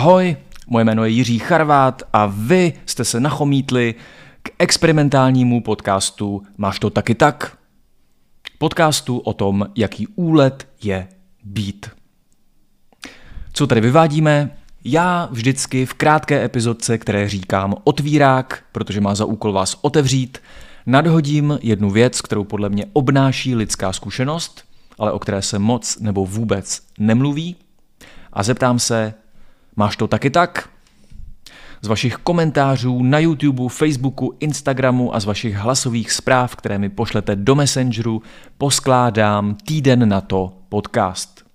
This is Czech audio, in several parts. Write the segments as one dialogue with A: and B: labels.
A: Ahoj, moje jméno je Jiří Charvát a vy jste se nachomítli k experimentálnímu podcastu Máš to taky tak? Podcastu o tom, jaký úlet je být. Co tady vyvádíme? Já vždycky v krátké epizodce, které říkám otvírák, protože má za úkol vás otevřít, nadhodím jednu věc, kterou podle mě obnáší lidská zkušenost, ale o které se moc nebo vůbec nemluví, a zeptám se, máš to taky tak? Z vašich komentářů na YouTube, Facebooku, Instagramu a z vašich hlasových zpráv, které mi pošlete do Messengeru, poskládám týden na to podcast.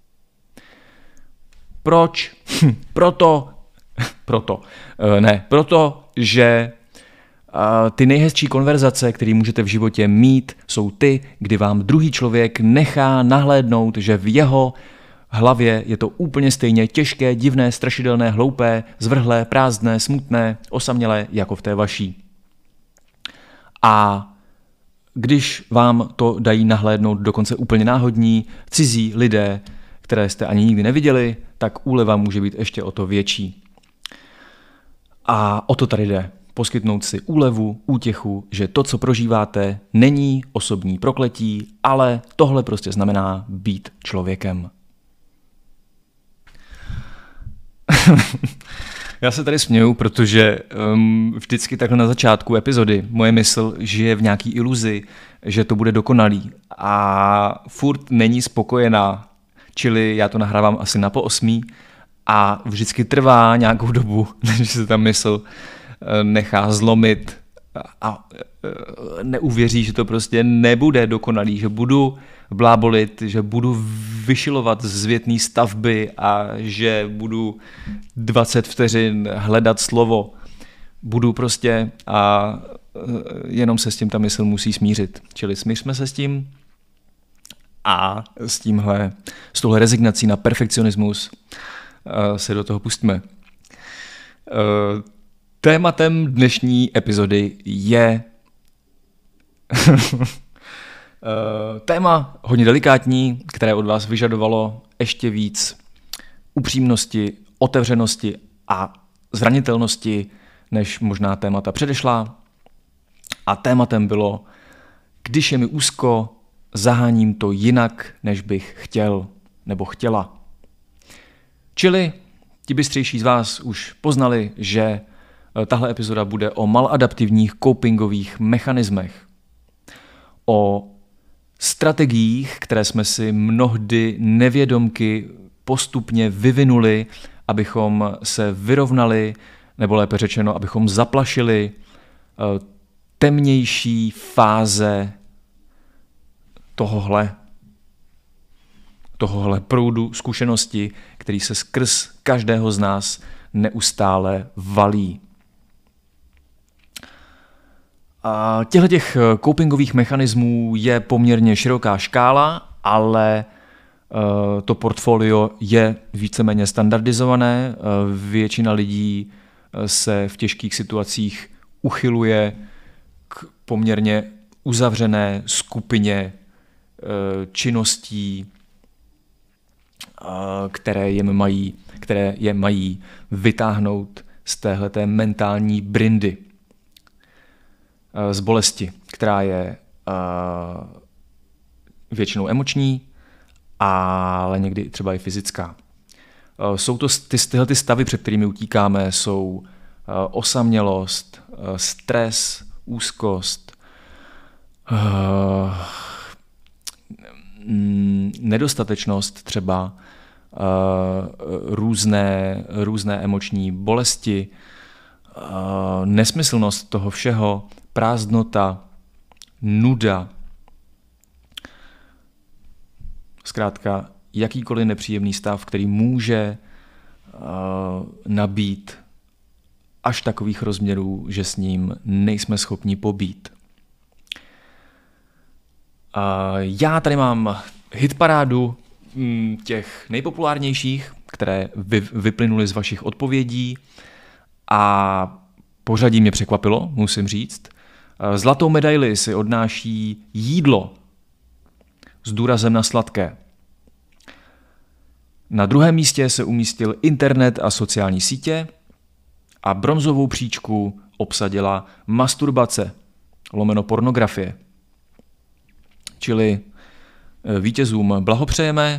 A: Proč? Proto, že ty nejhezčí konverzace, které můžete v životě mít, jsou ty, kdy vám druhý člověk nechá nahlédnout, že v jeho hlavě je to úplně stejně těžké, divné, strašidelné, hloupé, zvrhlé, prázdné, smutné, osamělé, jako v té vaší. A když vám to dají nahlédnout dokonce úplně náhodní, cizí lidé, které jste ani nikdy neviděli, tak úleva může být ještě o to větší. A o to tady jde. Poskytnout si úlevu, útěchu, že to, co prožíváte, není osobní prokletí, ale tohle prostě znamená být člověkem. Já se tady směju, protože vždycky takhle na začátku epizody moje mysl žije v nějaký iluzi, že to bude dokonalý a furt není spokojená, čili já to nahrávám asi na 8. a vždycky trvá nějakou dobu, než se ta mysl nechá zlomit a neuvěří, že to prostě nebude dokonalý, že budu blábolit, že budu vyšilovat zvětný stavby a že budu 20 vteřin hledat slovo. Budu prostě a jenom se s tím ta mysl musí smířit. Čili smířme se s tím a s touhle rezignací na perfekcionismus se do toho pustíme. Tématem dnešní epizody je téma hodně delikátní, které od vás vyžadovalo ještě víc upřímnosti, otevřenosti a zranitelnosti, než možná témata předešla. A tématem bylo, když je mi úzko, zaháním to jinak, než bych chtěl nebo chtěla. Čili ti bystřejší z vás už poznali, že tahle epizoda bude o maladaptivních copingových mechanismech. O strategiích, které jsme si mnohdy nevědomky postupně vyvinuli, abychom se vyrovnali, nebo lépe řečeno, abychom zaplašili temnější fáze tohohle proudu zkušenosti, který se skrz každého z nás neustále valí. A těch copingových mechanismů je poměrně široká škála, ale to portfolio je víceméně standardizované. Většina lidí se v těžkých situacích uchyluje k poměrně uzavřené skupině činností, které je mají vytáhnout z téhleté mentální brindy, z bolesti, která je většinou emoční, ale někdy třeba i fyzická. Jsou to tyhle stavy, před kterými utíkáme, jsou osamělost, stres, úzkost, nedostatečnost třeba, různé emoční bolesti, nesmyslnost toho všeho, prázdnota, nuda. Zkrátka, jakýkoliv nepříjemný stav, který může nabít až takových rozměrů, že s ním nejsme schopni pobít. Já tady mám hitparádu těch nejpopulárnějších, které vyplynuly z vašich odpovědí a pořadí mě překvapilo, musím říct. Zlatou medaili si odnáší jídlo s důrazem na sladké. Na druhém místě se umístil internet a sociální sítě a bronzovou příčku obsadila masturbace, lomeno pornografie. Čili vítězům blahopřejeme.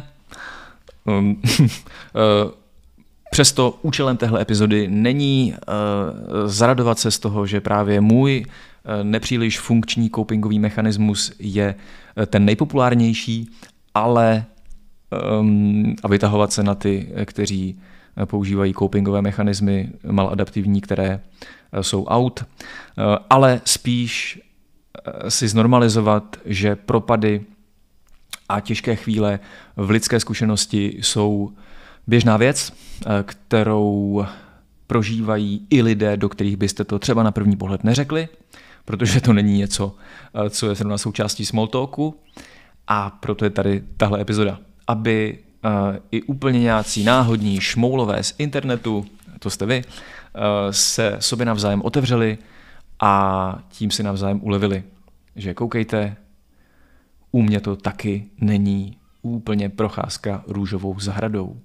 A: Přesto účelem téhle epizody není zaradovat se z toho, že právě můj nepříliš funkční copingový mechanismus je ten nejpopulárnější, ale a vytahovat se na ty, kteří používají copingové mechanismy maladaptivní, které jsou out, ale spíš si znormalizovat, že propady a těžké chvíle v lidské zkušenosti jsou běžná věc, kterou prožívají i lidé, do kterých byste to třeba na první pohled neřekli, protože to není něco, co je zrovna součástí small talku, a proto je tady tahle epizoda, aby i úplně nějací náhodní šmoulové z internetu, to jste vy, se sobě navzájem otevřeli a tím si navzájem ulevili. Že koukejte, u mě to taky není úplně procházka růžovou zahradou.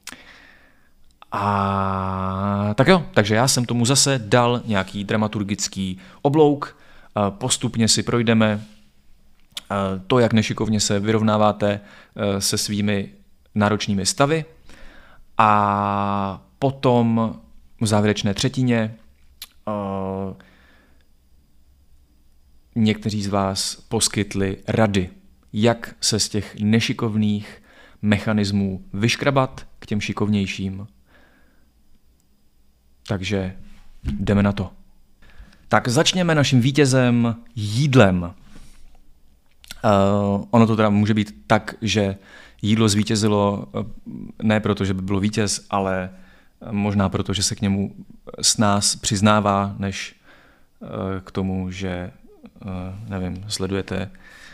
A: A tak jo, takže já jsem tomu zase dal nějaký dramaturgický oblouk, postupně si projdeme to, jak nešikovně se vyrovnáváte se svými náročnými stavy, a potom v závěrečné třetině někteří z vás poskytli rady, jak se z těch nešikovných mechanismů vyškrabat k těm šikovnějším. Takže jdeme na to. Tak začněme naším vítězem jídlem. Ono to teda může být tak, že jídlo zvítězilo ne proto, že by bylo vítěz, ale možná proto, že se k němu s nás přiznává, než k tomu, že nevím, sledujete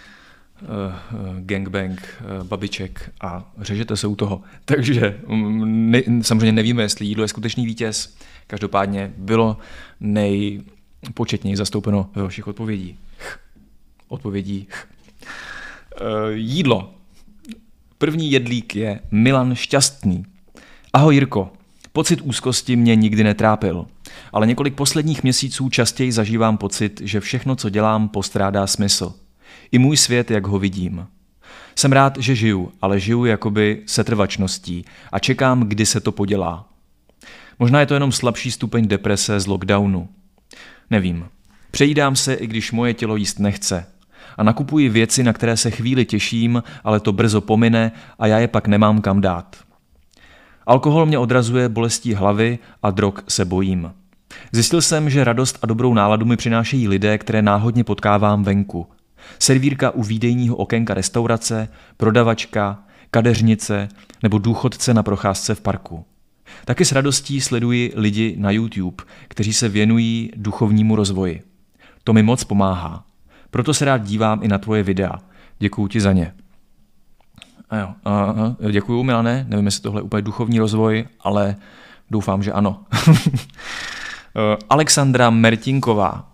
A: gangbang babiček a řežete se u toho. Takže samozřejmě nevíme, jestli jídlo je skutečný vítěz. Každopádně bylo nejpočetněji zastoupeno ve vašich odpovědí. Jídlo. První jedlík je Milan Šťastný. Ahoj Jirko, pocit úzkosti mě nikdy netrápil, ale několik posledních měsíců častěji zažívám pocit, že všechno, co dělám, postrádá smysl. I můj svět, jak ho vidím. Jsem rád, že žiju, ale žiju jakoby setrvačností a čekám, kdy se to podělá. Možná je to jenom slabší stupeň deprese z lockdownu. Nevím. Přejídám se, i když moje tělo jíst nechce. A nakupuji věci, na které se chvíli těším, ale to brzo pomine a já je pak nemám kam dát. Alkohol mě odrazuje bolestí hlavy a drog se bojím. Zjistil jsem, že radost a dobrou náladu mi přinášejí lidé, které náhodně potkávám venku. Servírka u výdejního okénka restaurace, prodavačka, kadeřnice nebo důchodce na procházce v parku. Taky s radostí sleduji lidi na YouTube, kteří se věnují duchovnímu rozvoji. To mi moc pomáhá. Proto se rád dívám i na tvoje videa. Děkuju ti za ně. Děkuju, Milane. Nevím, jestli tohle je úplně duchovní rozvoj, ale doufám, že ano. Alexandra Mertinková.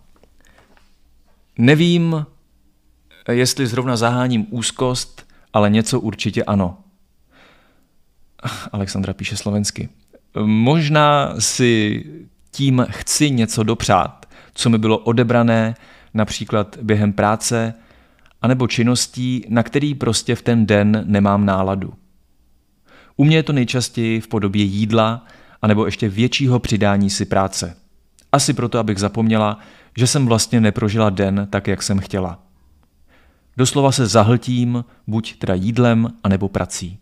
A: Nevím, jestli zrovna zaháním úzkost, ale něco určitě ano. Alexandra píše slovensky. Možná si tím chci něco dopřát, co mi bylo odebrané, například během práce, anebo činností, na který prostě v ten den nemám náladu. U mě je to nejčastěji v podobě jídla, anebo ještě většího přidání si práce. Asi proto, abych zapomněla, že jsem vlastně neprožila den tak, jak jsem chtěla. Doslova se zahltím, buď teda jídlem, anebo prací.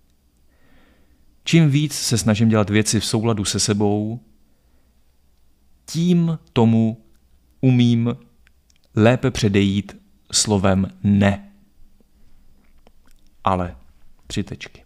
A: Čím víc se snažím dělat věci v souladu se sebou, tím tomu umím lépe předejít slovem ne. Ale 3 tečky.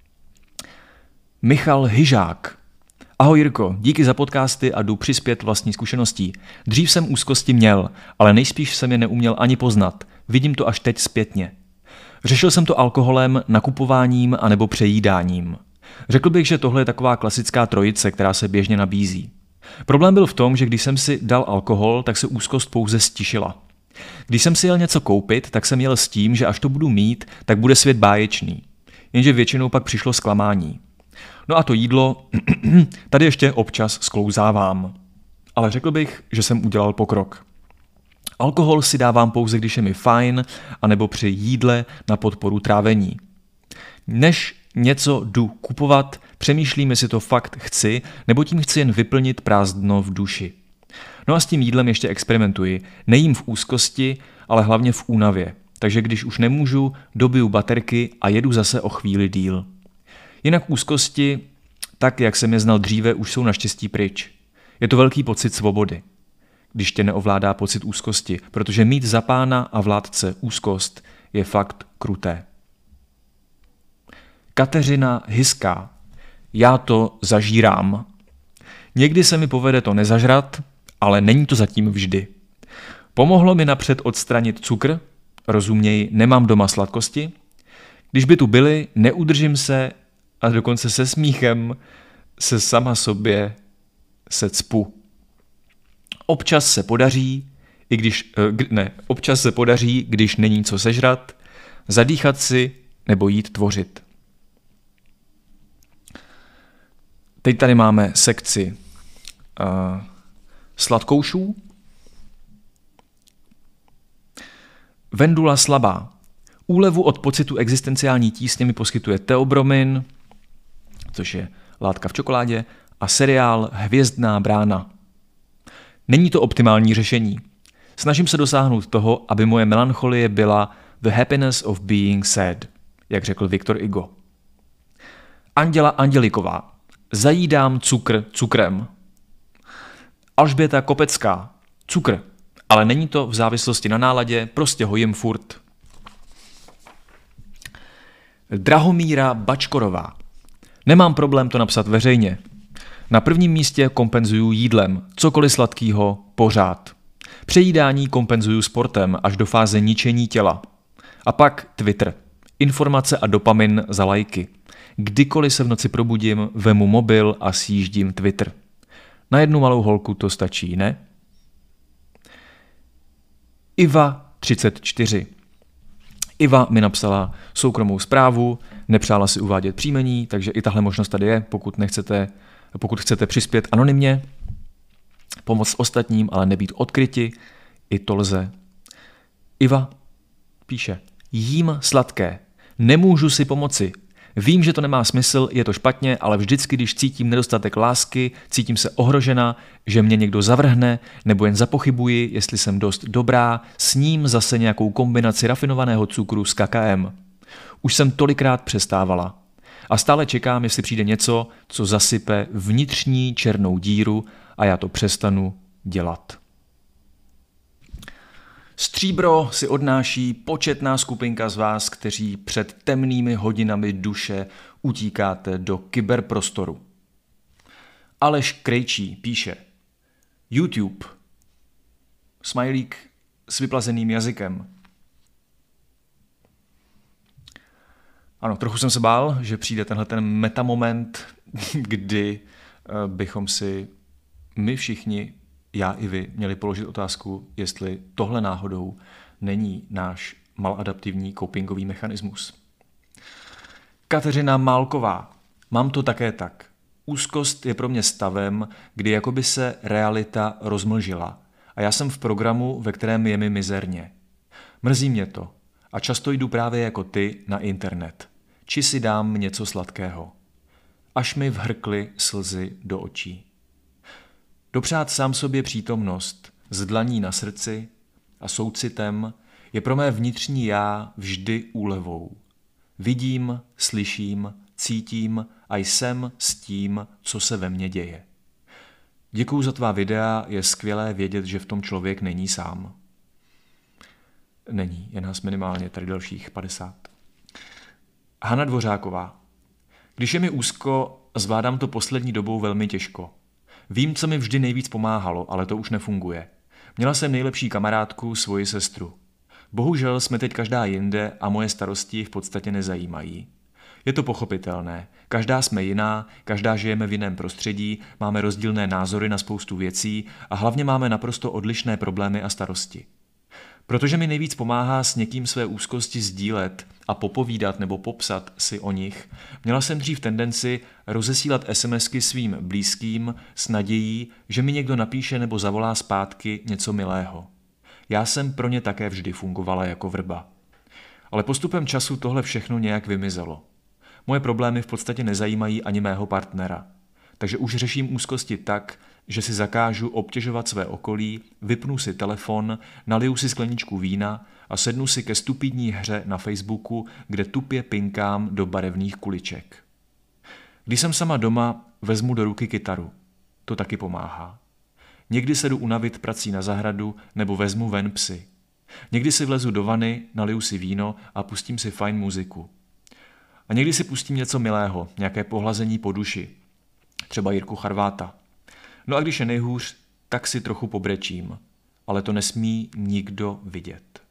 A: Michal Hyžák. Ahoj Jirko, díky za podcasty a jdu přispět vlastní zkušeností. Dřív jsem úzkosti měl, ale nejspíš jsem je neuměl ani poznat. Vidím to až teď zpětně. Řešil jsem to alkoholem, nakupováním anebo přejídáním. Řekl bych, že tohle je taková klasická trojice, která se běžně nabízí. Problém byl v tom, že když jsem si dal alkohol, tak se úzkost pouze stišila. Když jsem si jel něco koupit, tak jsem jel s tím, že až to budu mít, tak bude svět báječný. Jenže většinou pak přišlo zklamání. No a to jídlo, tady ještě občas sklouzávám. Ale řekl bych, že jsem udělal pokrok. Alkohol si dávám pouze, když je mi fajn, anebo při jídle na podporu trávení. Než něco jdu kupovat, přemýšlím, jestli to fakt chci, nebo tím chci jen vyplnit prázdno v duši. No a s tím jídlem ještě experimentuji. Nejím v úzkosti, ale hlavně v únavě. Takže když už nemůžu, dobiju baterky a jedu zase o chvíli díl. Jinak úzkosti, tak jak jsem je znal dříve, už jsou naštěstí pryč. Je to velký pocit svobody, když tě neovládá pocit úzkosti, protože mít za pána a vládce úzkost je fakt kruté. Kateřina Hyská. Já to zažírám. Někdy se mi povede to nezažrat, ale není to zatím vždy. Pomohlo mi napřed odstranit cukr, rozuměj, nemám doma sladkosti. Když by tu byly, neudržím se a dokonce se smíchem se sama sobě se cpu. Občas se podaří, když není co sežrat, zadýchat si nebo jít tvořit. Teď tady máme sekci sladkoušů. Vendula slabá. Úlevu od pocitu existenciální tísně mi poskytuje teobromin, což je látka v čokoládě, a seriál Hvězdná brána. Není to optimální řešení. Snažím se dosáhnout toho, aby moje melancholie byla the happiness of being sad, jak řekl Viktor Hugo. Anděla Anděliková. Zajídám cukr cukrem. Alžběta Kopecká. Cukr. Ale není to v závislosti na náladě, prostě ho jim furt. Drahomíra Bačkorová. Nemám problém to napsat veřejně. Na prvním místě kompenzuju jídlem, cokoliv sladkýho, pořád. Přejídání kompenzuju sportem až do fáze ničení těla. A pak Twitter. Informace a dopamin za lajky. Kdykoliv se v noci probudím, vemu mobil a sjíždím Twitter. Na jednu malou holku to stačí, ne? Iva 34. Iva mi napsala soukromou zprávu, nepřála si uvádět příjmení, takže i tahle možnost tady je, pokud chcete přispět anonymně, pomoct ostatním, ale nebýt odkryti, i to lze. Iva píše, jím sladké, nemůžu si pomoci. Vím, že to nemá smysl, je to špatně, ale vždycky, když cítím nedostatek lásky, cítím se ohrožena, že mě někdo zavrhne, nebo jen zapochybuji, jestli jsem dost dobrá, sním zase nějakou kombinaci rafinovaného cukru s kakaem. Už jsem tolikrát přestávala. A stále čekám, jestli přijde něco, co zasype vnitřní černou díru a já to přestanu dělat. Stříbro si odnáší početná skupinka z vás, kteří před temnými hodinami duše utíkáte do kyberprostoru. Aleš Krejčí píše YouTube. Smajlík s vyplazeným jazykem. Ano, trochu jsem se bál, že přijde tenhle ten metamoment, kdy bychom si my všichni, já i vy, měli položit otázku, jestli tohle náhodou není náš maladaptivní copingový mechanismus. Kateřina Málková. Mám to také tak. Úzkost je pro mě stavem, kdy jakoby se realita rozmlžila a já jsem v programu, ve kterém je mi mizerně. Mrzí mě to a často jdu právě jako ty na internet. Či si dám něco sladkého. Až mi vhrkly slzy do očí. Dopřát sám sobě přítomnost, s dlaní na srdci a soucitem je pro mé vnitřní já vždy úlevou. Vidím, slyším, cítím a jsem s tím, co se ve mně děje. Děkuju za tvá videa, je skvělé vědět, že v tom člověk není sám. Není, je nás minimálně tady dalších 50. Hana Dvořáková. Když je mi úzko, zvládám to poslední dobou velmi těžko. Vím, co mi vždy nejvíc pomáhalo, ale to už nefunguje. Měla jsem nejlepší kamarádku, svoji sestru. Bohužel jsme teď každá jinde a moje starosti v podstatě nezajímají. Je to pochopitelné. Každá jsme jiná, každá žijeme v jiném prostředí, máme rozdílné názory na spoustu věcí a hlavně máme naprosto odlišné problémy a starosti. Protože mi nejvíc pomáhá s někým své úzkosti sdílet a popovídat nebo popsat si o nich, měla jsem dřív tendenci rozesílat SMSky svým blízkým s nadějí, že mi někdo napíše nebo zavolá zpátky něco milého. Já jsem pro ně také vždy fungovala jako vrba. Ale postupem času tohle všechno nějak vymizelo. Moje problémy v podstatě nezajímají ani mého partnera. Takže už řeším úzkosti tak, že si zakážu obtěžovat své okolí, vypnu si telefon, naliju si skleničku vína a sednu si ke stupidní hře na Facebooku, kde tupě pinkám do barevných kuliček. Když jsem sama doma, vezmu do ruky kytaru. To taky pomáhá. Někdy se jdu unavit prací na zahradu nebo vezmu ven psy. Někdy si vlezu do vany, naliju si víno a pustím si fajn muziku. A někdy si pustím něco milého, nějaké pohlazení po duši. Třeba Jirku Charváta. No a když je nejhůř, tak si trochu pobrečím. Ale to nesmí nikdo vidět.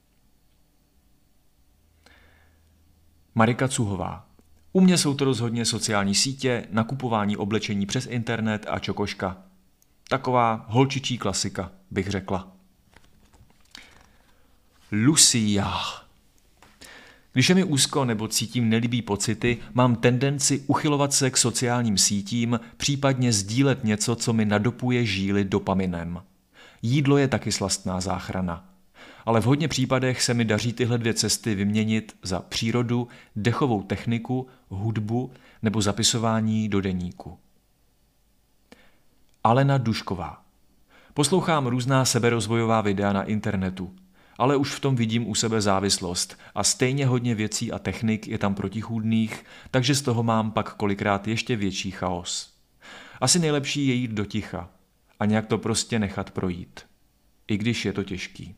A: Marika Cuhová. U mě jsou to rozhodně sociální sítě, nakupování oblečení přes internet a čokoška. Taková holčičí klasika, bych řekla. Lucia. Když je mi úzko nebo cítím nelibý pocity, mám tendenci uchylovat se k sociálním sítím, případně sdílet něco, co mi nadopuje žíly dopaminem. Jídlo je taky slastná záchrana. Ale v hodně případech se mi daří tyhle dvě cesty vyměnit za přírodu, dechovou techniku, hudbu nebo zapisování do deníku. Alena Dušková. Poslouchám různá seberozvojová videa na internetu, ale už v tom vidím u sebe závislost a stejně hodně věcí a technik je tam protichůdných, takže z toho mám pak kolikrát ještě větší chaos. Asi nejlepší je jít do ticha a nějak to prostě nechat projít, i když je to těžký.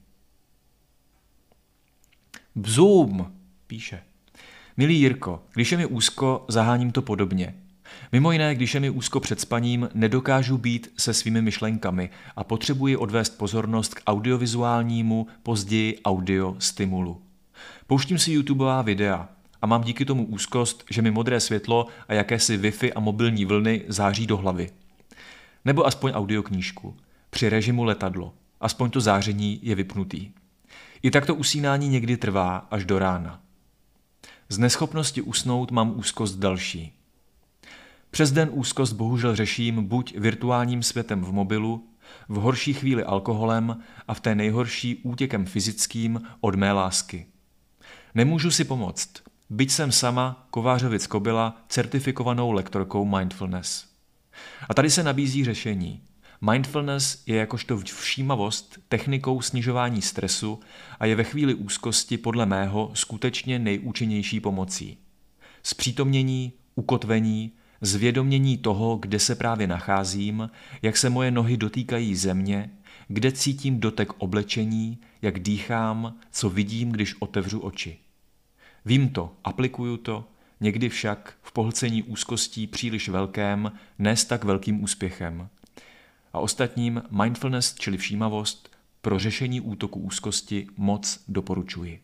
A: Bzoom, píše. Milý Jirko, když je mi úzko, zaháním to podobně. Mimo jiné, když je mi úzko před spaním, nedokážu být se svými myšlenkami a potřebuji odvést pozornost k audiovizuálnímu, později audio stimulu. Pouštím si YouTubeová videa a mám díky tomu úzkost, že mi modré světlo a jakési Wi-Fi a mobilní vlny září do hlavy. Nebo aspoň audioknížku. Při režimu letadlo. Aspoň to záření je vypnutý. I tak to usínání někdy trvá až do rána. Z neschopnosti usnout mám úzkost další. Přes den úzkost bohužel řeším buď virtuálním světem v mobilu, v horší chvíli alkoholem a v té nejhorší útěkem fyzickým od mé lásky. Nemůžu si pomoct, byť jsem sama Kovářovic Kobila certifikovanou lektorkou mindfulness. A tady se nabízí řešení. Mindfulness je jakožto všímavost technikou snižování stresu a je ve chvíli úzkosti podle mého skutečně nejúčinnější pomocí. Zpřítomnění, ukotvení, zvědomění toho, kde se právě nacházím, jak se moje nohy dotýkají země, kde cítím dotek oblečení, jak dýchám, co vidím, když otevřu oči. Vím to, aplikuju to, někdy však v pohlcení úzkostí příliš velkém, ne s tak velkým úspěchem. A ostatním mindfulness, čili všímavost, pro řešení útoku úzkosti moc doporučuji.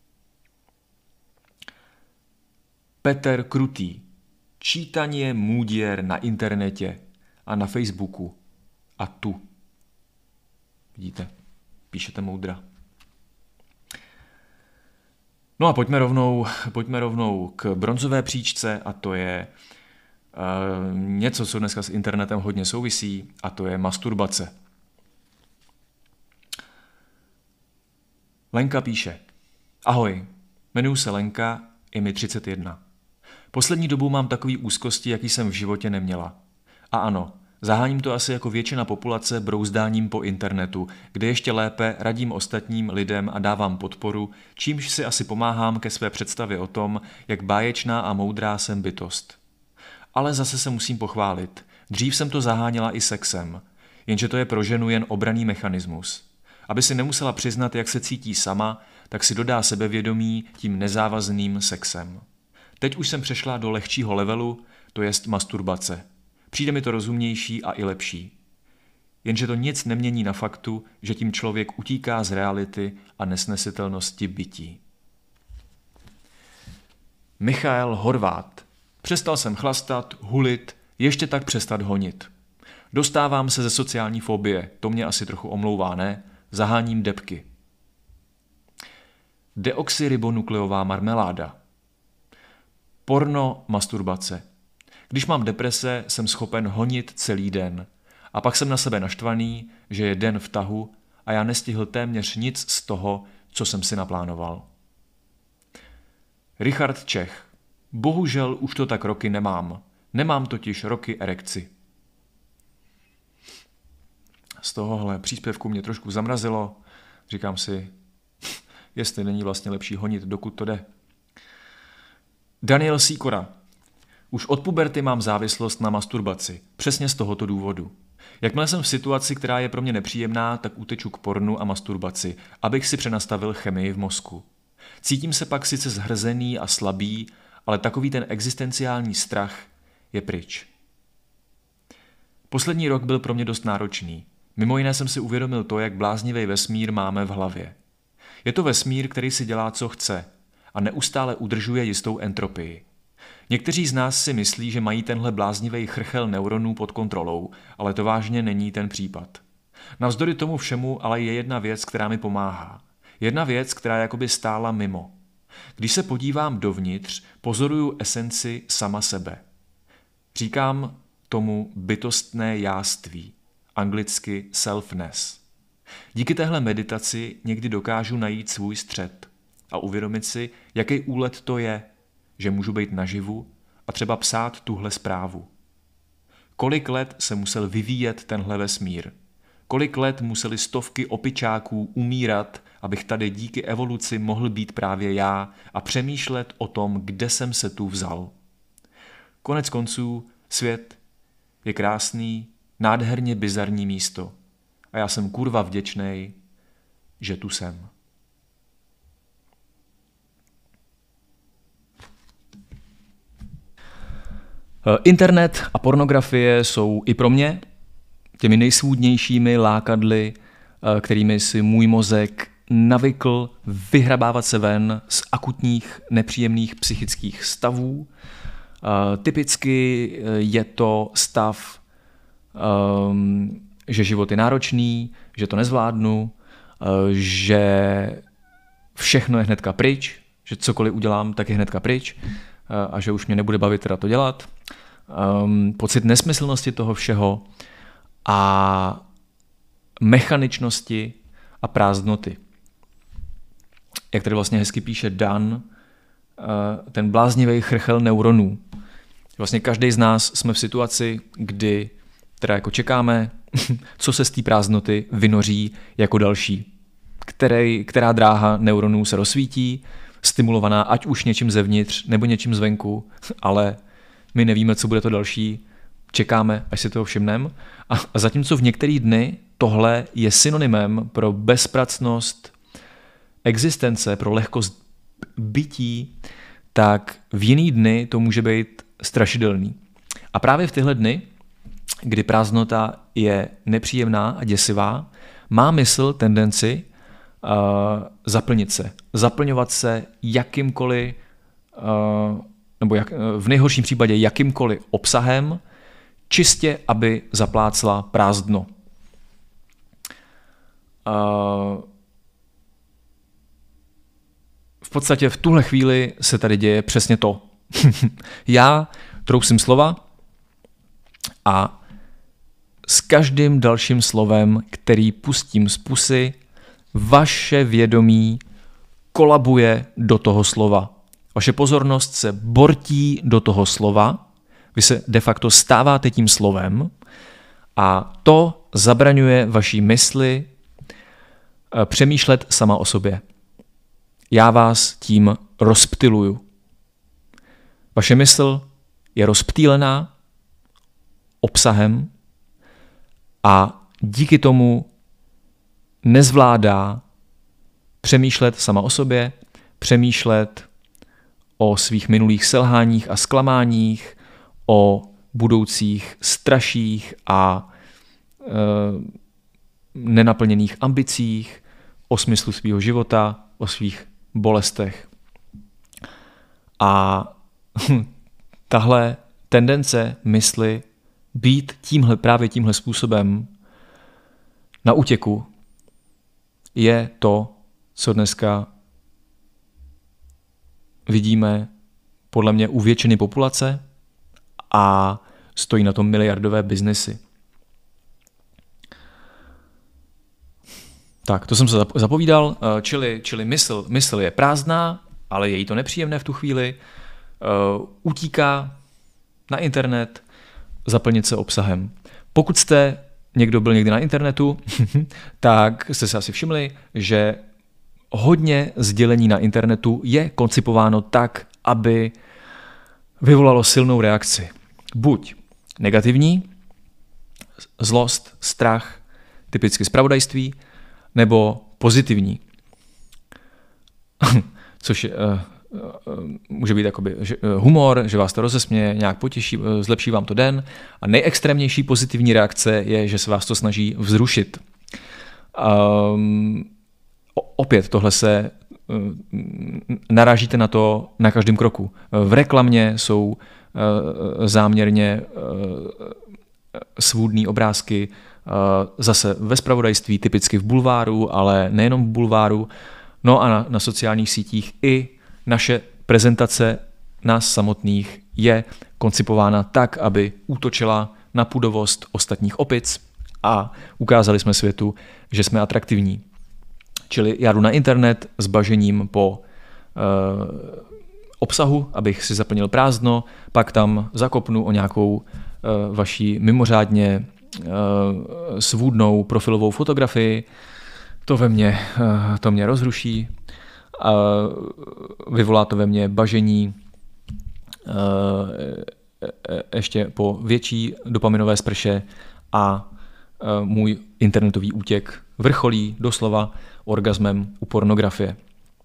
A: Petr Krutý. Čítanie můdier na internetě a na Facebooku a tu. Vidíte, píšete moudra. No a pojďme rovnou k bronzové příčce a to je něco, co dneska s internetem hodně souvisí a to je masturbace. Lenka píše. Ahoj, jmenuji se Lenka, je mi 31. Poslední dobu mám takový úzkosti, jaký jsem v životě neměla. A ano, zaháním to asi jako většina populace brouzdáním po internetu, kde ještě lépe radím ostatním lidem a dávám podporu, čímž si asi pomáhám ke své představě o tom, jak báječná a moudrá jsem bytost. Ale zase se musím pochválit. Dřív jsem to zaháněla i sexem, jenže to je pro ženu jen obranný mechanismus. Aby si nemusela přiznat, jak se cítí sama, tak si dodá sebevědomí tím nezávazným sexem. Teď už jsem přešla do lehčího levelu, to jest masturbace. Přijde mi to rozumnější a i lepší. Jenže to nic nemění na faktu, že tím člověk utíká z reality a nesnesitelnosti bytí. Michael Horvát. Přestal jsem chlastat, hulit, ještě tak přestat honit. Dostávám se ze sociální fobie, to mě asi trochu omlouvá, ne? Zaháním debky. deoxyribonukleová marmeláda. Porno, masturbace. Když mám deprese, jsem schopen honit celý den. A pak jsem na sebe naštvaný, že je den v tahu a já nestihl téměř nic z toho, co jsem si naplánoval. Richard Čech. Bohužel už to tak roky nemám. Nemám totiž roky erekci. Z tohohle příspěvku mě trošku zamrazilo. Říkám si, jestli není vlastně lepší honit, dokud to jde. Daniel Sýkora. Už od puberty mám závislost na masturbaci. Přesně z tohoto důvodu. Jakmile jsem v situaci, která je pro mě nepříjemná, tak uteču k pornu a masturbaci, abych si přenastavil chemii v mozku. Cítím se pak sice zhrzený a slabý, ale takový ten existenciální strach je pryč. Poslední rok byl pro mě dost náročný. Mimo jiné jsem si uvědomil to, jak bláznivý vesmír máme v hlavě. Je to vesmír, který si dělá, co chce a neustále udržuje jistou entropii. Někteří z nás si myslí, že mají tenhle bláznivý chrchel neuronů pod kontrolou, ale to vážně není ten případ. Navzdory tomu všemu ale je jedna věc, která mi pomáhá. Jedna věc, která jakoby stála mimo. Když se podívám dovnitř, pozoruju esenci sama sebe. Říkám tomu bytostné jáství, anglicky selfness. Díky téhle meditaci někdy dokážu najít svůj střed a uvědomit si, jaký úlet to je, že můžu být naživu a třeba psát tuhle zprávu. Kolik let se musel vyvíjet tenhle vesmír? Kolik let museli stovky opičáků umírat, abych tady díky evoluci mohl být právě já a přemýšlet o tom, kde jsem se tu vzal? Konec konců, svět je krásný, nádherně bizarní místo a já jsem kurva vděčnej, že tu jsem. Internet a pornografie jsou i pro mě těmi nejsvůdnějšími lákadly, kterými si můj mozek navykl vyhrabávat se ven z akutních nepříjemných psychických stavů. Typicky je to stav, že život je náročný, že to nezvládnu, že všechno je hnedka pryč, že cokoliv udělám, tak je hnedka pryč a že už mě nebude bavit teda to dělat. Pocit nesmyslnosti toho všeho a mechaničnosti a prázdnoty. Jak tady vlastně hezky píše Dan, ten bláznivý chrchel neuronů. Vlastně každý z nás jsme v situaci, kdy teda jako čekáme, co se z té prázdnoty vynoří jako další. Která dráha neuronů se rozsvítí, stimulovaná ať už něčím zevnitř nebo něčím zvenku, ale my nevíme, co bude to další, čekáme, až si toho všimneme. A zatímco v některé dny tohle je synonymem pro bezpracnost existence, pro lehkost bytí, tak v jiný dny to může být strašidelný. A právě v tyhle dny, kdy prázdnota je nepříjemná a děsivá, má mysl tendenci zaplnit se. Zaplňovat se jakýmkoliv, nebo v nejhorším případě jakýmkoliv obsahem, čistě, aby zaplácla prázdno. V podstatě v tuhle chvíli se tady děje přesně to. Já trousím slova a s každým dalším slovem, který pustím z pusy, vaše vědomí kolabuje do toho slova. Vaše pozornost se bortí do toho slova, vy se de facto stáváte tím slovem a to zabraňuje vaší mysli přemýšlet sama o sobě. Já vás tím rozptyluju. Vaše mysl je rozptýlená obsahem a díky tomu nezvládá přemýšlet sama o sobě, přemýšlet o svých minulých selháních a zklamáních, o budoucích straších a nenaplněných ambicích, o smyslu svého života, o svých bolestech. A tahle tendence mysli být právě tímhle způsobem na útěku je to, co dneska vidíme podle mě u většiny populace a stojí na tom miliardové biznesy. Tak, to jsem se zapovídal, čili mysl je prázdná, ale je jí to nepříjemné v tu chvíli, utíká na internet zaplnit se obsahem. Pokud jste někdo byl někdy na internetu, tak jste si asi všimli, že hodně sdělení na internetu je koncipováno tak, aby vyvolalo silnou reakci. Buď negativní, zlost, strach, typicky zpravodajství, nebo pozitivní. Což je, může být jakoby humor, že vás to rozesměje, nějak potěší, zlepší vám to den. A nejextrémnější pozitivní reakce je, že se vás to snaží vzrušit. Opět tohle se narážíte na to na každém kroku. V reklamě jsou záměrně svůdný obrázky, zase ve zpravodajství, typicky v bulváru, ale nejenom v bulváru, no a na sociálních sítích i naše prezentace nás samotných je koncipována tak, aby útočila na půdovost ostatních opic a ukázali jsme světu, že jsme atraktivní. Čili já jdu na internet s bažením po obsahu, abych si zaplnil prázdno, pak tam zakopnu o nějakou vaší mimořádně svůdnou profilovou fotografii. To mě rozruší, vyvolá to ve mně bažení ještě po větší dopaminové sprše a můj internetový útěk vrcholí doslova orgasmem u pornografie.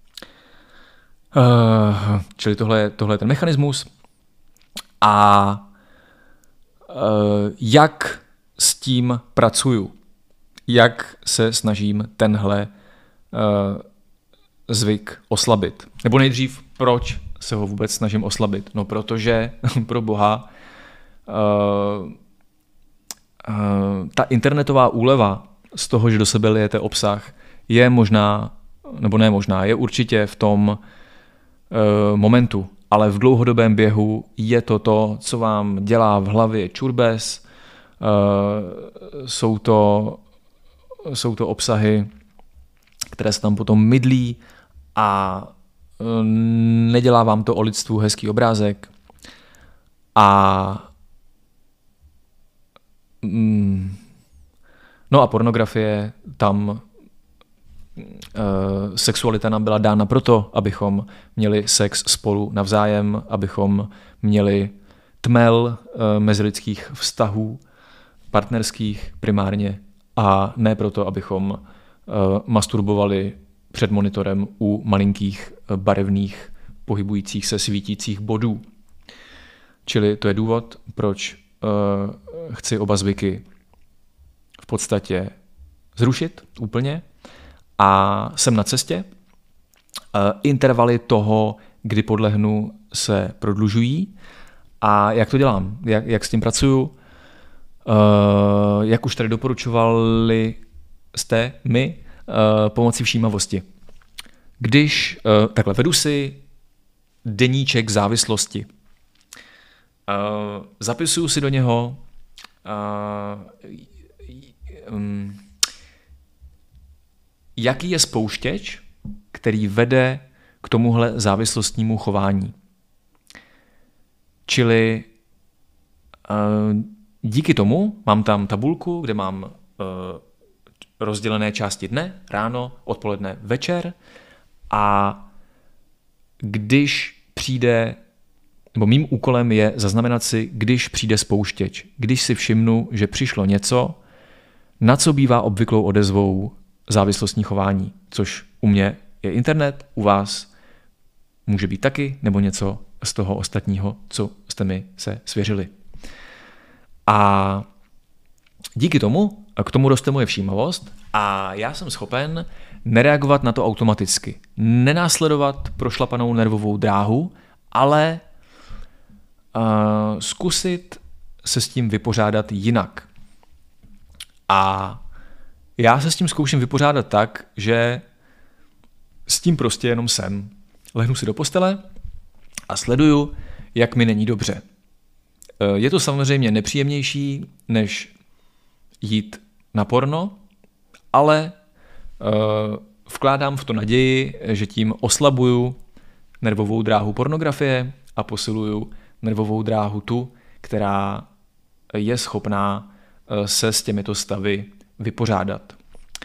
A: Čili tohle je ten mechanismus. A jak s tím pracuju? Jak se snažím tenhle zvyk oslabit? Nebo nejdřív, proč se ho vůbec snažím oslabit? No protože, pro boha, ta internetová úleva z toho, že do sebe lijete obsah, je možná, nebo ne možná, je určitě v tom momentu, ale v dlouhodobém běhu je to, co vám dělá v hlavě čurbes. Jsou to obsahy, které se tam potom mydlí a nedělá vám to o lidstvu hezký obrázek. No a pornografie, tam sexualita nám byla dána proto, abychom měli sex spolu navzájem, abychom měli tmel mezilidských vztahů, partnerských primárně, a ne proto, abychom masturbovali před monitorem u malinkých barevných pohybujících se svítících bodů. Čili to je důvod, proč chci oba zvyky v podstatě zrušit úplně a jsem na cestě. Intervaly toho, kdy podlehnu, se prodlužují. A jak to dělám? Jak s tím pracuju? Jak už tady doporučovali jste mi, pomocí všímavosti. Když takhle vedu si deníček závislosti, zapisuju si do něho jaký je spouštěč, který vede k tomuhle závislostnímu chování. Čili díky tomu mám tam tabulku, kde mám rozdělené části dne, ráno, odpoledne, večer, a když přijde, nebo mým úkolem je zaznamenat si, když přijde spouštěč, když si všimnu, že přišlo něco, na co bývá obvyklou odezvou závislostní chování, což u mě je internet, u vás může být taky, nebo něco z toho ostatního, co jste mi se svěřili. A díky tomu, k tomu roste moje všímavost a já jsem schopen nereagovat na to automaticky. Nenásledovat prošlapanou nervovou dráhu, ale zkusit se s tím vypořádat jinak. A já se s tím zkouším vypořádat tak, že s tím prostě jenom jsem. Lehnu si do postele a sleduju, jak mi není dobře. Je to samozřejmě nepříjemnější, než jít na porno, ale vkládám v to naději, že tím oslabuju nervovou dráhu pornografie a posiluju nervovou dráhu tu, která je schopná se s těmito stavy vypořádat.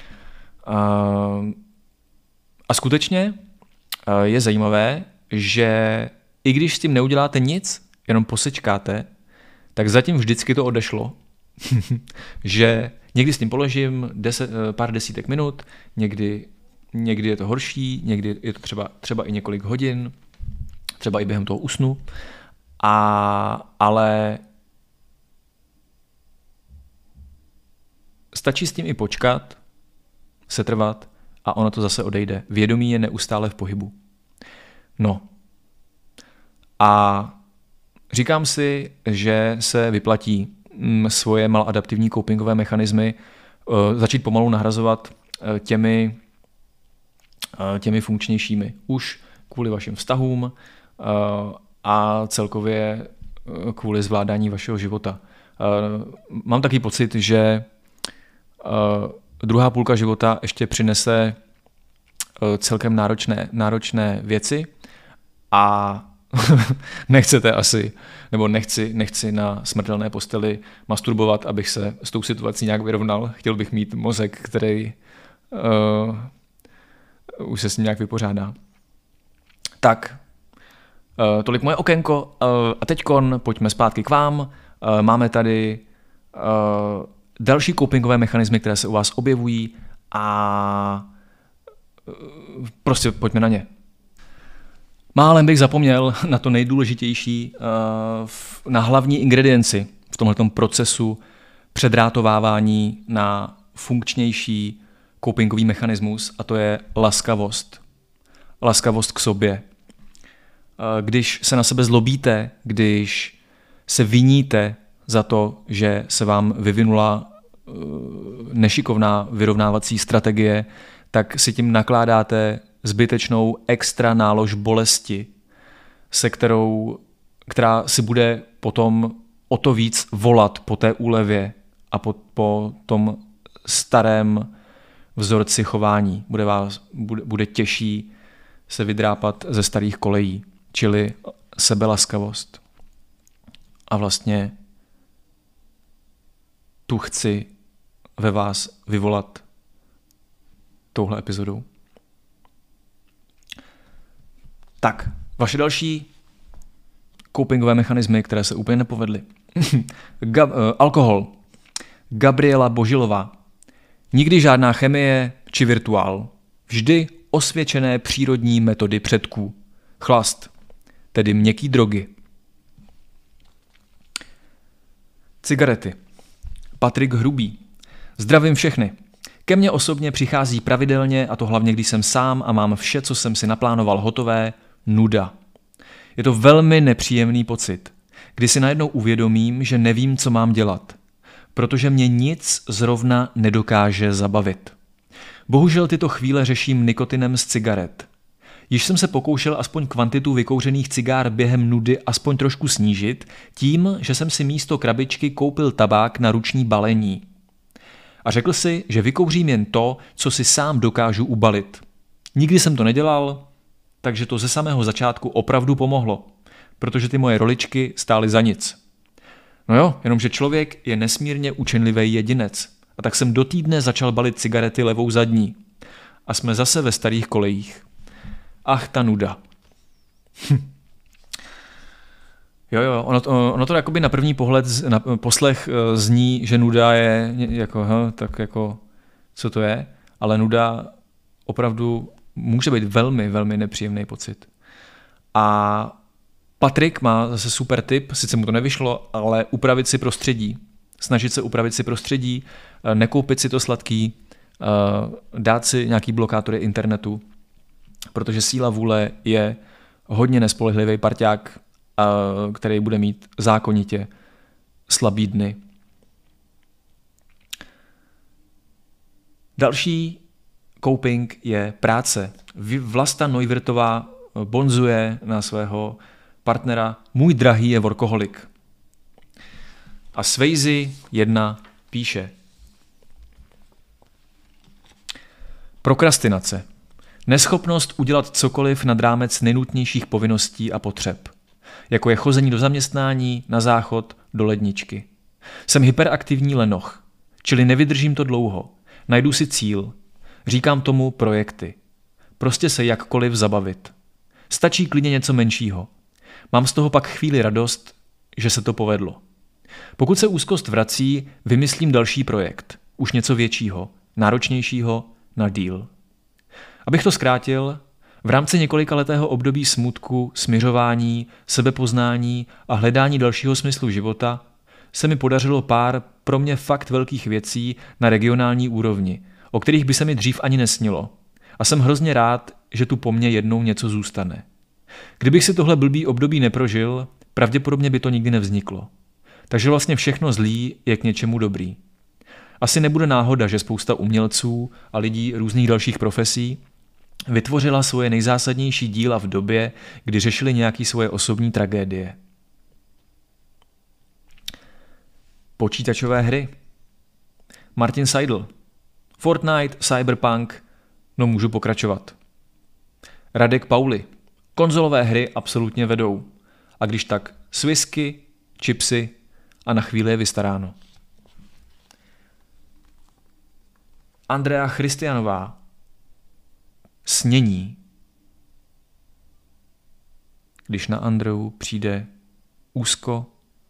A: A skutečně je zajímavé, že i když s tím neuděláte nic, jenom posečkáte, tak zatím vždycky to odešlo. Že někdy s tím položím pár desítek minut, někdy je to horší, někdy je to třeba i několik hodin, třeba i během toho usnu, ale stačí s tím i počkat, setrvat a ono to zase odejde. Vědomí je neustále v pohybu. No. A říkám si, že se vyplatí svoje maladaptivní copingové mechanismy začít pomalu nahrazovat těmi funkčnějšími. Už kvůli vašim vztahům a celkově kvůli zvládání vašeho života. Mám taky pocit, že druhá půlka života ještě přinese celkem náročné věci a nechcete asi, nebo nechci na smrtelné posteli masturbovat, abych se s tou situací nějak vyrovnal. Chtěl bych mít mozek, který už se s ním nějak vypořádá. Tak, tolik moje okénko a teďkon pojďme zpátky k vám. Máme tady další copingové mechanismy, které se u vás objevují a prostě pojďme na ně. Málem bych zapomněl na to nejdůležitější, na hlavní ingredienci v tomhletom procesu předrátovávání na funkčnější copingový mechanismus, a to je laskavost. Laskavost k sobě. Když se na sebe zlobíte, když se viníte za to, že se vám vyvinula nešikovná vyrovnávací strategie, tak si tím nakládáte zbytečnou extra nálož bolesti, která si bude potom o to víc volat po té úlevě a po tom starém vzorci chování. Bude těžší se vydrápat ze starých kolejí, čili sebelaskavost. A vlastně tu chci ve vás vyvolat touhle epizodou. Tak, vaše další copingové mechanismy, které se úplně nepovedly. Alkohol. Gabriela Božilová. Nikdy žádná chemie či virtuál. Vždy osvědčené přírodní metody předků. Chlast, tedy měkký drogy. Cigarety. Patrik Hrubý. Zdravím všechny. Ke mně osobně přichází pravidelně, a to hlavně, když jsem sám a mám vše, co jsem si naplánoval hotové, nuda. Je to velmi nepříjemný pocit, kdy si najednou uvědomím, že nevím, co mám dělat, protože mě nic zrovna nedokáže zabavit. Bohužel tyto chvíle řeším nikotinem z cigaret. Již jsem se pokoušel aspoň kvantitu vykouřených cigár během nudy aspoň trošku snížit tím, že jsem si místo krabičky koupil tabák na ruční balení. A řekl si, že vykouřím jen to, co si sám dokážu ubalit. Nikdy jsem to nedělal, takže to ze samého začátku opravdu pomohlo, protože ty moje roličky stály za nic. No jo, jenomže člověk je nesmírně učenlivý jedinec. A tak jsem do týdne začal balit cigarety levou zadní. A jsme zase ve starých kolejích. Ach, ta nuda. Jo, ono to jakoby na první poslech zní, že nuda je jako, tak jako, co to je? Ale nuda opravdu může být velmi, velmi nepříjemný pocit. A Patrik má zase super tip, sice mu to nevyšlo, ale upravit si prostředí. Snažit se upravit si prostředí, nekoupit si to sladký, dát si nějaký blokátory internetu, protože síla vůle je hodně nespolehlivý parťák, který bude mít zákonitě slabý dny. Další coping je práce. Vlasta Neuwirtová bonzuje na svého partnera Můj drahý je workoholik. A Swayze 1 píše: Prokrastinace. Neschopnost udělat cokoliv nad rámec nejnutnějších povinností a potřeb, jako je chození do zaměstnání, na záchod, do ledničky. Jsem hyperaktivní lenoch, čili nevydržím to dlouho. Najdu si cíl. Říkám tomu projekty. Prostě se jakkoliv zabavit. Stačí klidně něco menšího. Mám z toho pak chvíli radost, že se to povedlo. Pokud se úzkost vrací, vymyslím další projekt. Už něco většího, náročnějšího, na díl. Abych to zkrátil, v rámci několikaletého období smutku, smiřování, sebepoznání a hledání dalšího smyslu života se mi podařilo pár pro mě fakt velkých věcí na regionální úrovni, o kterých by se mi dřív ani nesnilo. A jsem hrozně rád, že tu po mně jednou něco zůstane. Kdybych si tohle blbý období neprožil, pravděpodobně by to nikdy nevzniklo. Takže vlastně všechno zlý je k něčemu dobrý. Asi nebude náhoda, že spousta umělců a lidí různých dalších profesí vytvořila svoje nejzásadnější díla v době, kdy řešili nějaké svoje osobní tragédie. Počítačové hry. Martin Seidl. Fortnite, Cyberpunk, no můžu pokračovat. Radek Pauli. Konzolové hry absolutně vedou. A když tak s whisky, chipsy a na chvíli je vystaráno. Andrea Christianová. Snění. Když na Andreu přijde úzko,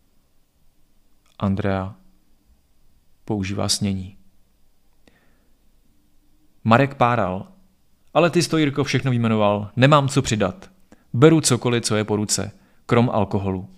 A: Andrea používá snění. Marek Páral. Ale ty jsi to, Jirko, všechno vyjmenoval. Nemám co přidat. Beru cokoliv, co je po ruce. Krom alkoholu.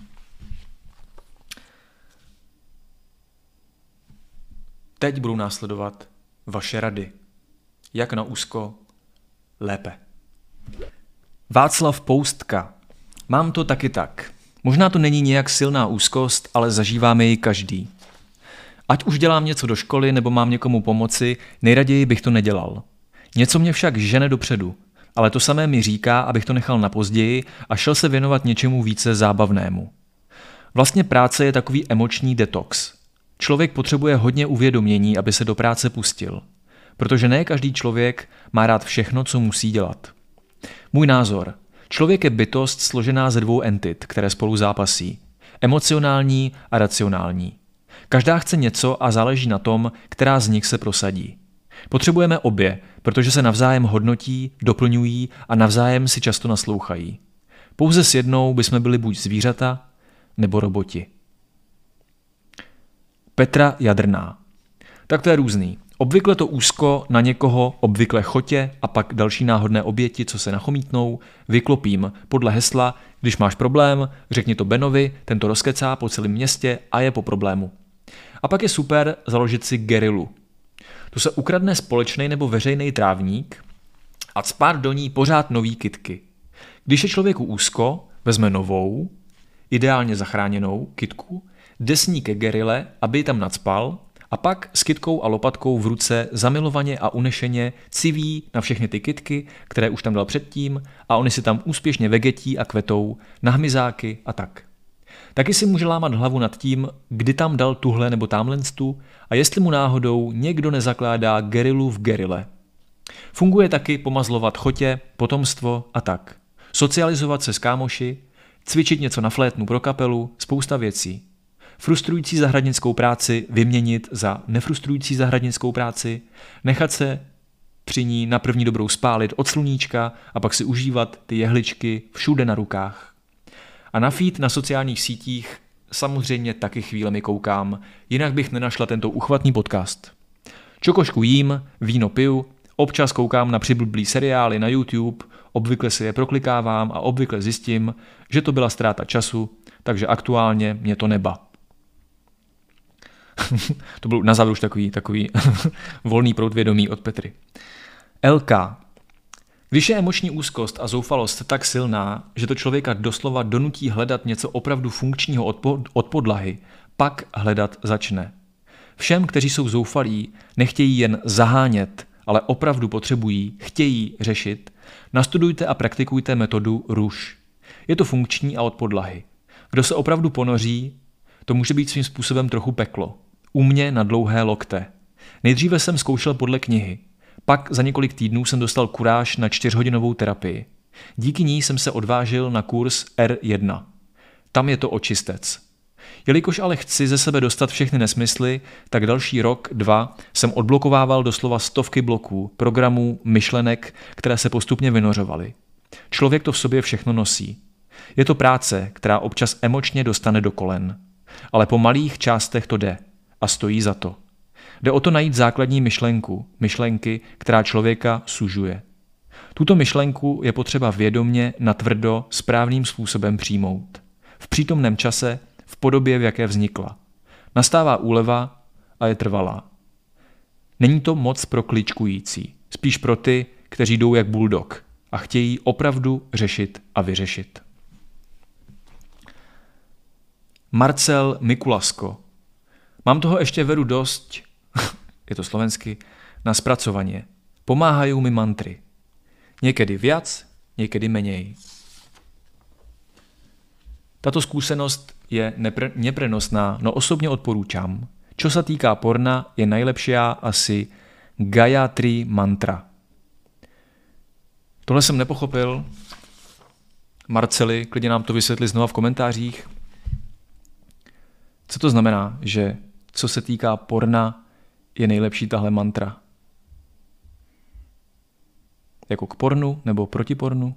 A: Teď budou následovat vaše rady. Jak na úzko, lépe. Václav Poustka. Mám to taky tak. Možná to není nějak silná úzkost, ale zažíváme ji každý. Ať už dělám něco do školy nebo mám někomu pomoci, nejraději bych to nedělal. Něco mě však žene dopředu, ale to samé mi říká, abych to nechal na později a šel se věnovat něčemu více zábavnému. Vlastně práce je takový emoční detox. Člověk potřebuje hodně uvědomění, aby se do práce pustil. Protože ne každý člověk má rád všechno, co musí dělat. Můj názor. Člověk je bytost složená ze dvou entit, které spolu zápasí. Emocionální a racionální. Každá chce něco a záleží na tom, která z nich se prosadí. Potřebujeme obě, protože se navzájem hodnotí, doplňují a navzájem si často naslouchají. Pouze s jednou bychom byli buď zvířata, nebo roboti. Petra Jadrná. Tak to je různý. Obvykle to úzko na někoho, obvykle chotě a pak další náhodné oběti, co se nachomítnou, vyklopím podle hesla: když máš problém, řekni to Benovi, ten to rozkecá po celém městě a je po problému. A pak je super založit si gerilu. Tu se ukradne společný nebo veřejný trávník a cpát do ní pořád nový kytky. Když je člověku úzko, vezme novou, ideálně zachráněnou kytku, jde s ní ke gerile, aby ji tam nacpal, a pak s kytkou a lopatkou v ruce zamilovaně a unešeně civí na všechny ty kytky, které už tam dal předtím, a oni si tam úspěšně vegetí a kvetou, na hmyzáky a tak. Taky si může lámat hlavu nad tím, kdy tam dal tuhle nebo támhlenstu a jestli mu náhodou někdo nezakládá gerilu v gerile. Funguje taky pomazlovat chotě, potomstvo a tak. Socializovat se s kámoši, cvičit něco na flétnu pro kapelu, spousta věcí. Frustrující zahradnickou práci vyměnit za nefrustrující zahradnickou práci, nechat se při ní na první dobrou spálit od sluníčka a pak si užívat ty jehličky všude na rukách. A na feed na sociálních sítích samozřejmě taky chvílemi koukám, jinak bych nenašla tento uchvatný podcast. Čokošku jím, víno piju, občas koukám na přiblblý seriály na YouTube, obvykle si je proklikávám a obvykle zjistím, že to byla ztráta času, takže aktuálně mě to neba. To byl na závěr už takový volný proud vědomí od Petry. LK. Když je emoční úzkost a zoufalost tak silná, že to člověka doslova donutí hledat něco opravdu funkčního od podlahy, pak hledat začne. Všem, kteří jsou zoufalí, nechtějí jen zahánět, ale opravdu potřebují, chtějí řešit, nastudujte a praktikujte metodu RUŠ. Je to funkční a od podlahy. Kdo se opravdu ponoří, to může být svým způsobem trochu peklo. U mě na dlouhé lokte. Nejdříve jsem zkoušel podle knihy. Pak za několik týdnů jsem dostal kuráž na 4hodinovou terapii. Díky ní jsem se odvážil na kurz R1. Tam je to očistec. Jelikož ale chci ze sebe dostat všechny nesmysly, tak další rok, 2 jsem odblokovával doslova stovky bloků, programů, myšlenek, které se postupně vynořovaly. Člověk to v sobě všechno nosí. Je to práce, která občas emočně dostane do kolen. Ale po malých částech to jde a stojí za to. Jde o to najít základní myšlenky, která člověka sužuje. Tuto myšlenku je potřeba vědomě, natvrdo, správným způsobem přijmout. V přítomném čase, v podobě, v jaké vznikla. Nastává úleva a je trvalá. Není to moc pro kličkující, spíš pro ty, kteří jdou jak bulldog a chtějí opravdu řešit a vyřešit. Marcel Mikulasko. Mám toho ještě veru dost, je to slovensky, na spracovanie. Pomáhajú mi mantry. Niekedy viac, niekedy menej. Tato skúsenost je neprenosná, no osobně odporúčam. Čo sa týká porna, je najlepšia asi Gayatri mantra. Tohle jsem nepochopil. Marceli, klidně nám to vysvětli znova v komentářích. Co to znamená, že co se týká porna, je nejlepší tahle mantra? Jako k pornu nebo proti pornu?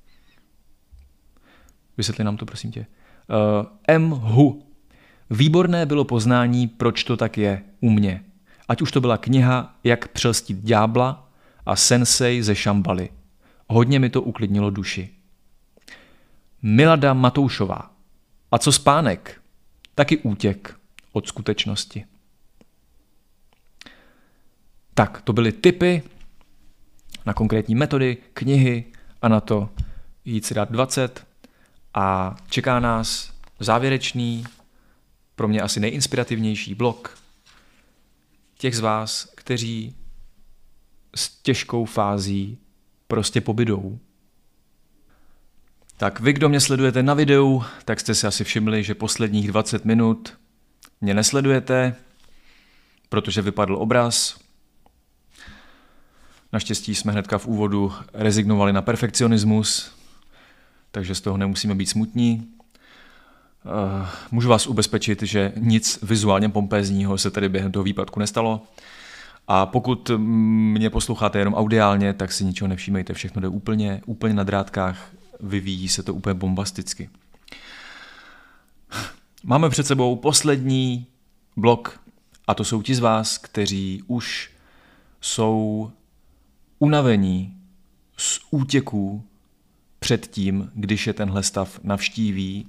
A: Vysvětli nám to, prosím tě. M.Hu. Výborné bylo poznání, proč to tak je u mě. Ať už to byla kniha Jak přelstit ďábla a Sensei ze Šambaly. Hodně mi to uklidnilo duši. Milada Matoušová. A co spánek? Taky útěk od skutečnosti. Tak, to byly tipy na konkrétní metody, knihy a na to jít si dát 20. A čeká nás závěrečný, pro mě asi nejinspirativnější blok těch z vás, kteří s těžkou fází prostě pobydou. Tak vy, kdo mě sledujete na videu, tak jste si asi všimli, že posledních 20 minut mě nesledujete, protože vypadl obraz. Naštěstí jsme hnedka v úvodu rezignovali na perfekcionismus, takže z toho nemusíme být smutní. Můžu vás ubezpečit, že nic vizuálně pompézního se tady během toho výpadku nestalo. A pokud mě posloucháte jenom audiálně, tak si ničeho nevšímejte, všechno jde úplně na drátkách, vyvíjí se to úplně bombasticky. Máme před sebou poslední blok a to jsou ti z vás, kteří už jsou unavení z útěků před tím, když je tenhle stav navštíví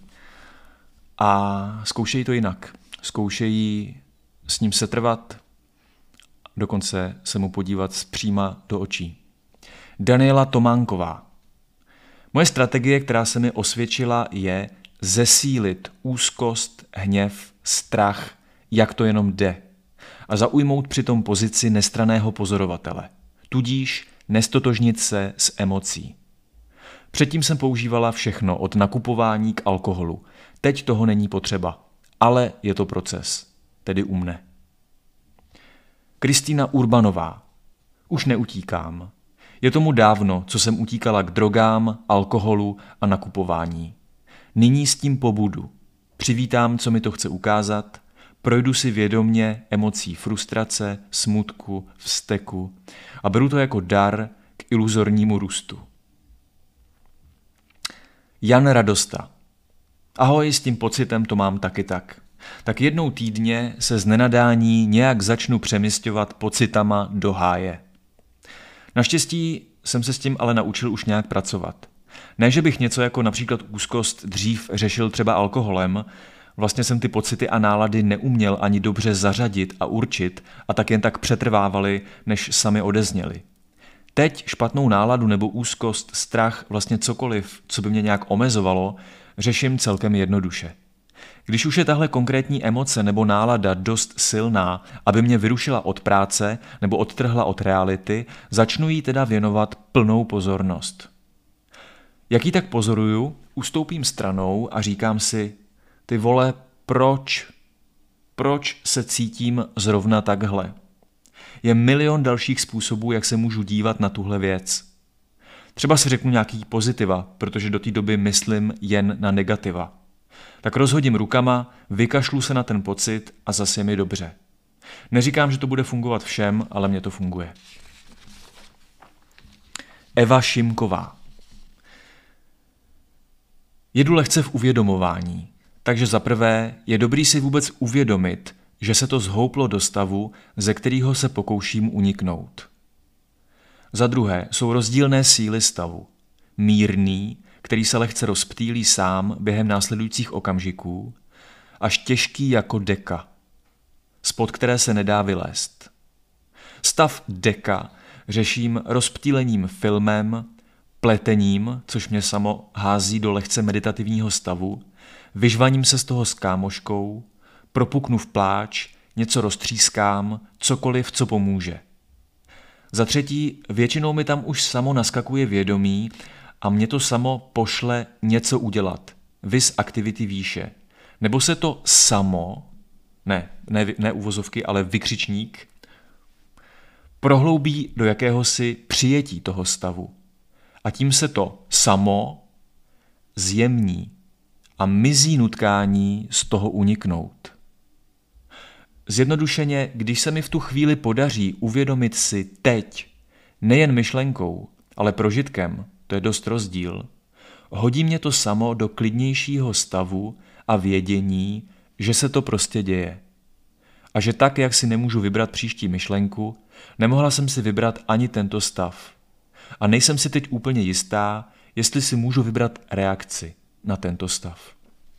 A: a zkoušejí to jinak. Zkoušejí s ním setrvat, dokonce se mu podívat zpříma do očí. Daniela Tománková. Moje strategie, která se mi osvědčila, je zesílit úzkost, hněv, strach, jak to jenom jde. A zaujmout přitom pozici nestranného pozorovatele. Tudíž nestotožnit se s emocí. Předtím jsem používala všechno od nakupování k alkoholu. Teď toho není potřeba, ale je to proces, tedy u mne. Kristýna Urbanová. Už neutíkám. Je tomu dávno, co jsem utíkala k drogám, alkoholu a nakupování. Nyní s tím pobudu. Přivítám, co mi to chce ukázat, projdu si vědomně emocí frustrace, smutku, vzteku a beru to jako dar k iluzornímu růstu. Jan Radosta. Ahoj, s tím pocitem to mám taky tak. Tak jednou týdně se z nenadání nějak začnu přemisťovat pocitama do háje. Naštěstí jsem se s tím ale naučil už nějak pracovat. Ne, že bych něco jako například úzkost dřív řešil třeba alkoholem, vlastně jsem ty pocity a nálady neuměl ani dobře zařadit a určit a tak jen tak přetrvávali, než sami odezněli. Teď špatnou náladu nebo úzkost, strach, vlastně cokoliv, co by mě nějak omezovalo, řeším celkem jednoduše. Když už je tahle konkrétní emoce nebo nálada dost silná, aby mě vyrušila od práce nebo odtrhla od reality, začnu jí teda věnovat plnou pozornost. Jak ji tak pozoruju, ustoupím stranou a říkám si, ty vole, proč se cítím zrovna takhle? Je milion dalších způsobů, jak se můžu dívat na tuhle věc. Třeba si řeknu nějaký pozitiva, protože do té doby myslím jen na negativa. Tak rozhodím rukama, vykašlu se na ten pocit a zase je mi dobře. Neříkám, že to bude fungovat všem, ale mně to funguje. Eva Šimková. Jedu lehce v uvědomování, takže za prvé je dobrý si vůbec uvědomit, že se to zhouplo do stavu, ze kterého se pokouším uniknout. Za druhé jsou rozdílné síly stavu. Mírný, který se lehce rozptýlí sám během následujících okamžiků, až těžký jako deka, spod které se nedá vylézt. Stav deka řeším rozptýlením filmem, pletením, což mě samo hází do lehce meditativního stavu, vyžvaním se z toho s kámoškou, propuknu v pláč, něco roztřískám, cokoliv, co pomůže. Za třetí, většinou mi tam už samo naskakuje vědomí a mě to samo pošle něco udělat, vis aktivity výše. Nebo se to samo, ne uvozovky, ale vykřičník, prohloubí do jakéhosi přijetí toho stavu. A tím se to samo zjemní a mizí nutkání z toho uniknout. Zjednodušeně, když se mi v tu chvíli podaří uvědomit si teď, nejen myšlenkou, ale prožitkem, to je dost rozdíl, hodí mě to samo do klidnějšího stavu a vědění, že se to prostě děje. A že tak, jak si nemůžu vybrat příští myšlenku, nemohla jsem si vybrat ani tento stav. A nejsem si teď úplně jistá, jestli si můžu vybrat reakci na tento stav.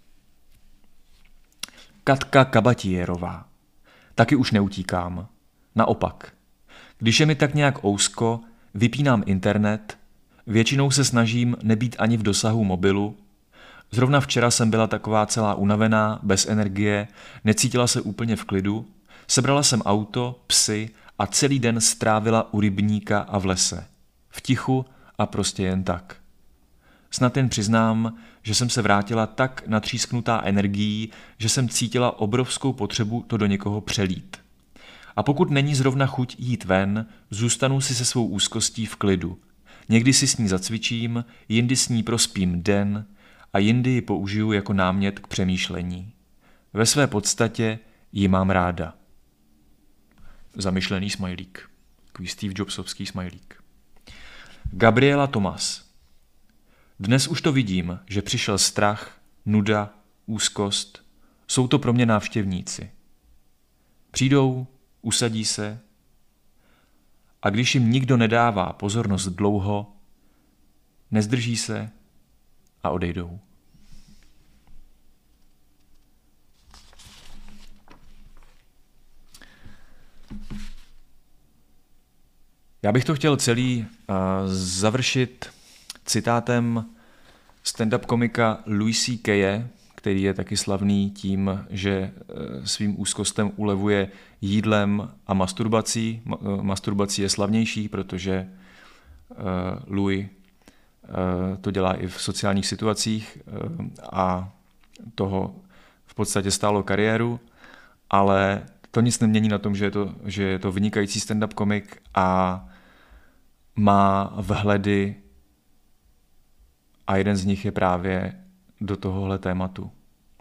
A: Katka Kabatierová. Taky už neutíkám. Naopak. Když je mi tak nějak ousko, vypínám internet, většinou se snažím nebýt ani v dosahu mobilu. Zrovna včera jsem byla taková celá unavená, bez energie, necítila se úplně v klidu, sebrala jsem auto, psy a celý den strávila u rybníka a v lese. V tichu a prostě jen tak. Snad jen přiznám, že jsem se vrátila tak natřísknutá energií, že jsem cítila obrovskou potřebu to do někoho přelít. A pokud není zrovna chuť jít ven, zůstanu si se svou úzkostí v klidu. Někdy si s ní zacvičím, jindy s ní prospím den a jindy ji použiju jako námět k přemýšlení. Ve své podstatě ji mám ráda. Zamyšlený smajlík. Takový Steve Jobsovský smajlík. Gabriela Tomas. Dnes už to vidím, že přišel strach, nuda, úzkost. Jsou to pro mě návštěvníci. Přijdou, usadí se a když jim nikdo nedává pozornost dlouho, nezdrží se a odejdou. Já bych to chtěl celý završit citátem stand-up komika Louis C.K., který je taky slavný tím, že svým úzkostem ulevuje jídlem a masturbací. Masturbací je slavnější, protože Louis to dělá i v sociálních situacích a toho v podstatě stálo kariéru, ale to nic nemění na tom, že je to vynikající stand-up komik a má vhledy a jeden z nich je právě do tohohle tématu.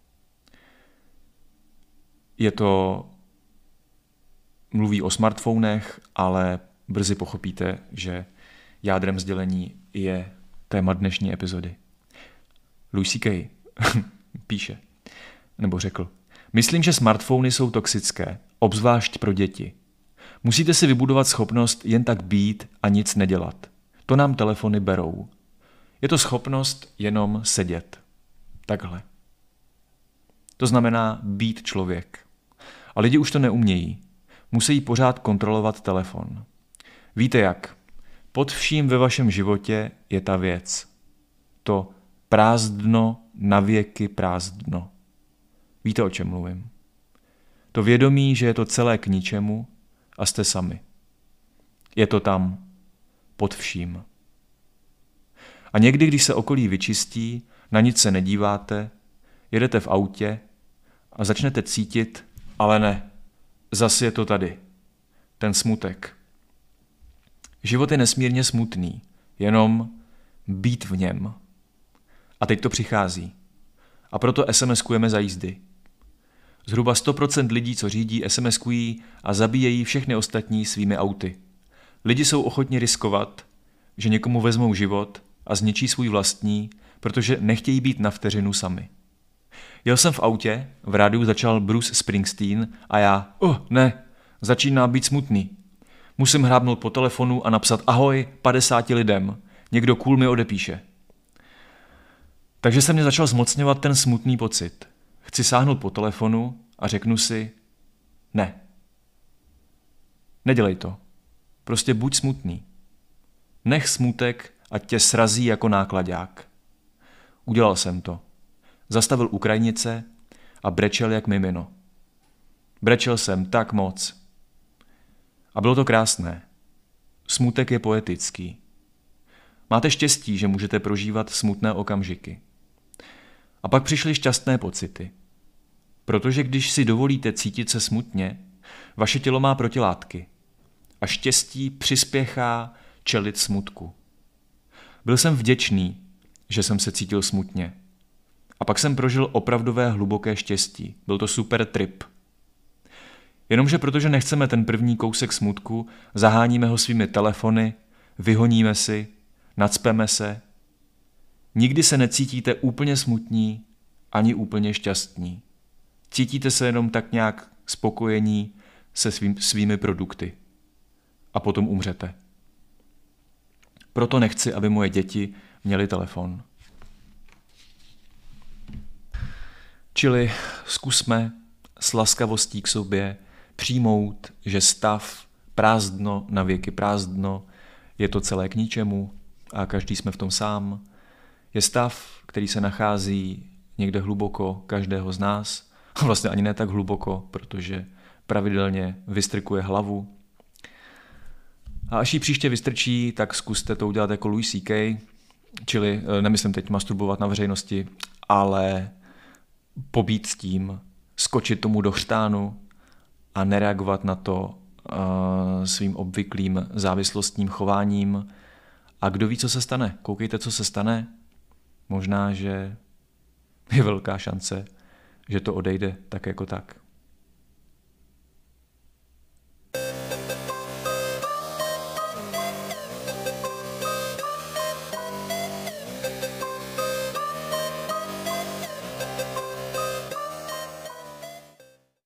A: Mluví o smartfonech, ale brzy pochopíte, že jádrem sdělení je téma dnešní epizody. Louis C.K. píše, nebo řekl, myslím, že smartfony jsou toxické, obzvlášť pro děti. Musíte si vybudovat schopnost jen tak být a nic nedělat. To nám telefony berou. Je to schopnost jenom sedět. Takhle. To znamená být člověk. A lidi už to neumějí. Musí pořád kontrolovat telefon. Víte jak? Pod vším ve vašem životě je ta věc. To prázdno, navěky prázdno. Víte, o čem mluvím? To vědomí, že je to celé k ničemu a jste sami. Je to tam, pod vším. A někdy, když se okolí vyčistí, Na nic se nedíváte, jedete v autě a začnete cítit, ale ne, zas je to tady. Ten smutek. Život je nesmírně smutný, jenom být v něm. A teď to přichází. A proto SMS-kujeme za jízdy. Zhruba 100% lidí, co řídí, SMS-kují a zabíjejí všechny ostatní svými auty. Lidi jsou ochotni riskovat, že někomu vezmou život a zničí svůj vlastní, protože nechtějí být na vteřinu sami. Jel jsem v autě, v rádiu začal Bruce Springsteen a já, ne, začíná být smutný. Musím hrábnout po telefonu a napsat ahoj 50 lidem, někdo cool mi odepíše. Takže se mě začal zmocňovat ten smutný pocit. Chci sáhnout po telefonu a řeknu si, ne. Nedělej to. Prostě buď smutný. Nech smutek, ať tě srazí jako nákladák. Udělal jsem to. Zastavil u krajnice a brečel jak mimino. Brečel jsem tak moc. A bylo to krásné. Smutek je poetický. Máte štěstí, že můžete prožívat smutné okamžiky. A pak přišly šťastné pocity. Protože když si dovolíte cítit se smutně, vaše tělo má protilátky. A štěstí přispěchá čelit smutku. Byl jsem vděčný, že jsem se cítil smutně. A pak jsem prožil opravdové hluboké štěstí. Byl to super trip. Jenomže protože nechceme ten první kousek smutku, zaháníme ho svými telefony, vyhoníme si, nacpeme se. Nikdy se necítíte úplně smutní, ani úplně šťastní. Cítíte se jenom tak nějak spokojení se svými produkty. A potom umřete. Proto nechci, aby moje děti měly telefon. Čili zkusme s laskavostí k sobě přijmout, že stav prázdno na věky prázdno je to celé k ničemu a každý jsme v tom sám. Je stav, který se nachází někde hluboko každého z nás, vlastně ani ne tak hluboko, protože pravidelně vystrkuje hlavu. A až ji příště vystrčí, tak zkuste to udělat jako Louis C.K., čili nemyslím teď masturbovat na veřejnosti, ale pobít s tím, skočit tomu do chřtánu a nereagovat na to svým obvyklým závislostním chováním. A kdo ví, co se stane? Koukejte, co se stane. Možná, že je velká šance, že to odejde tak jako tak.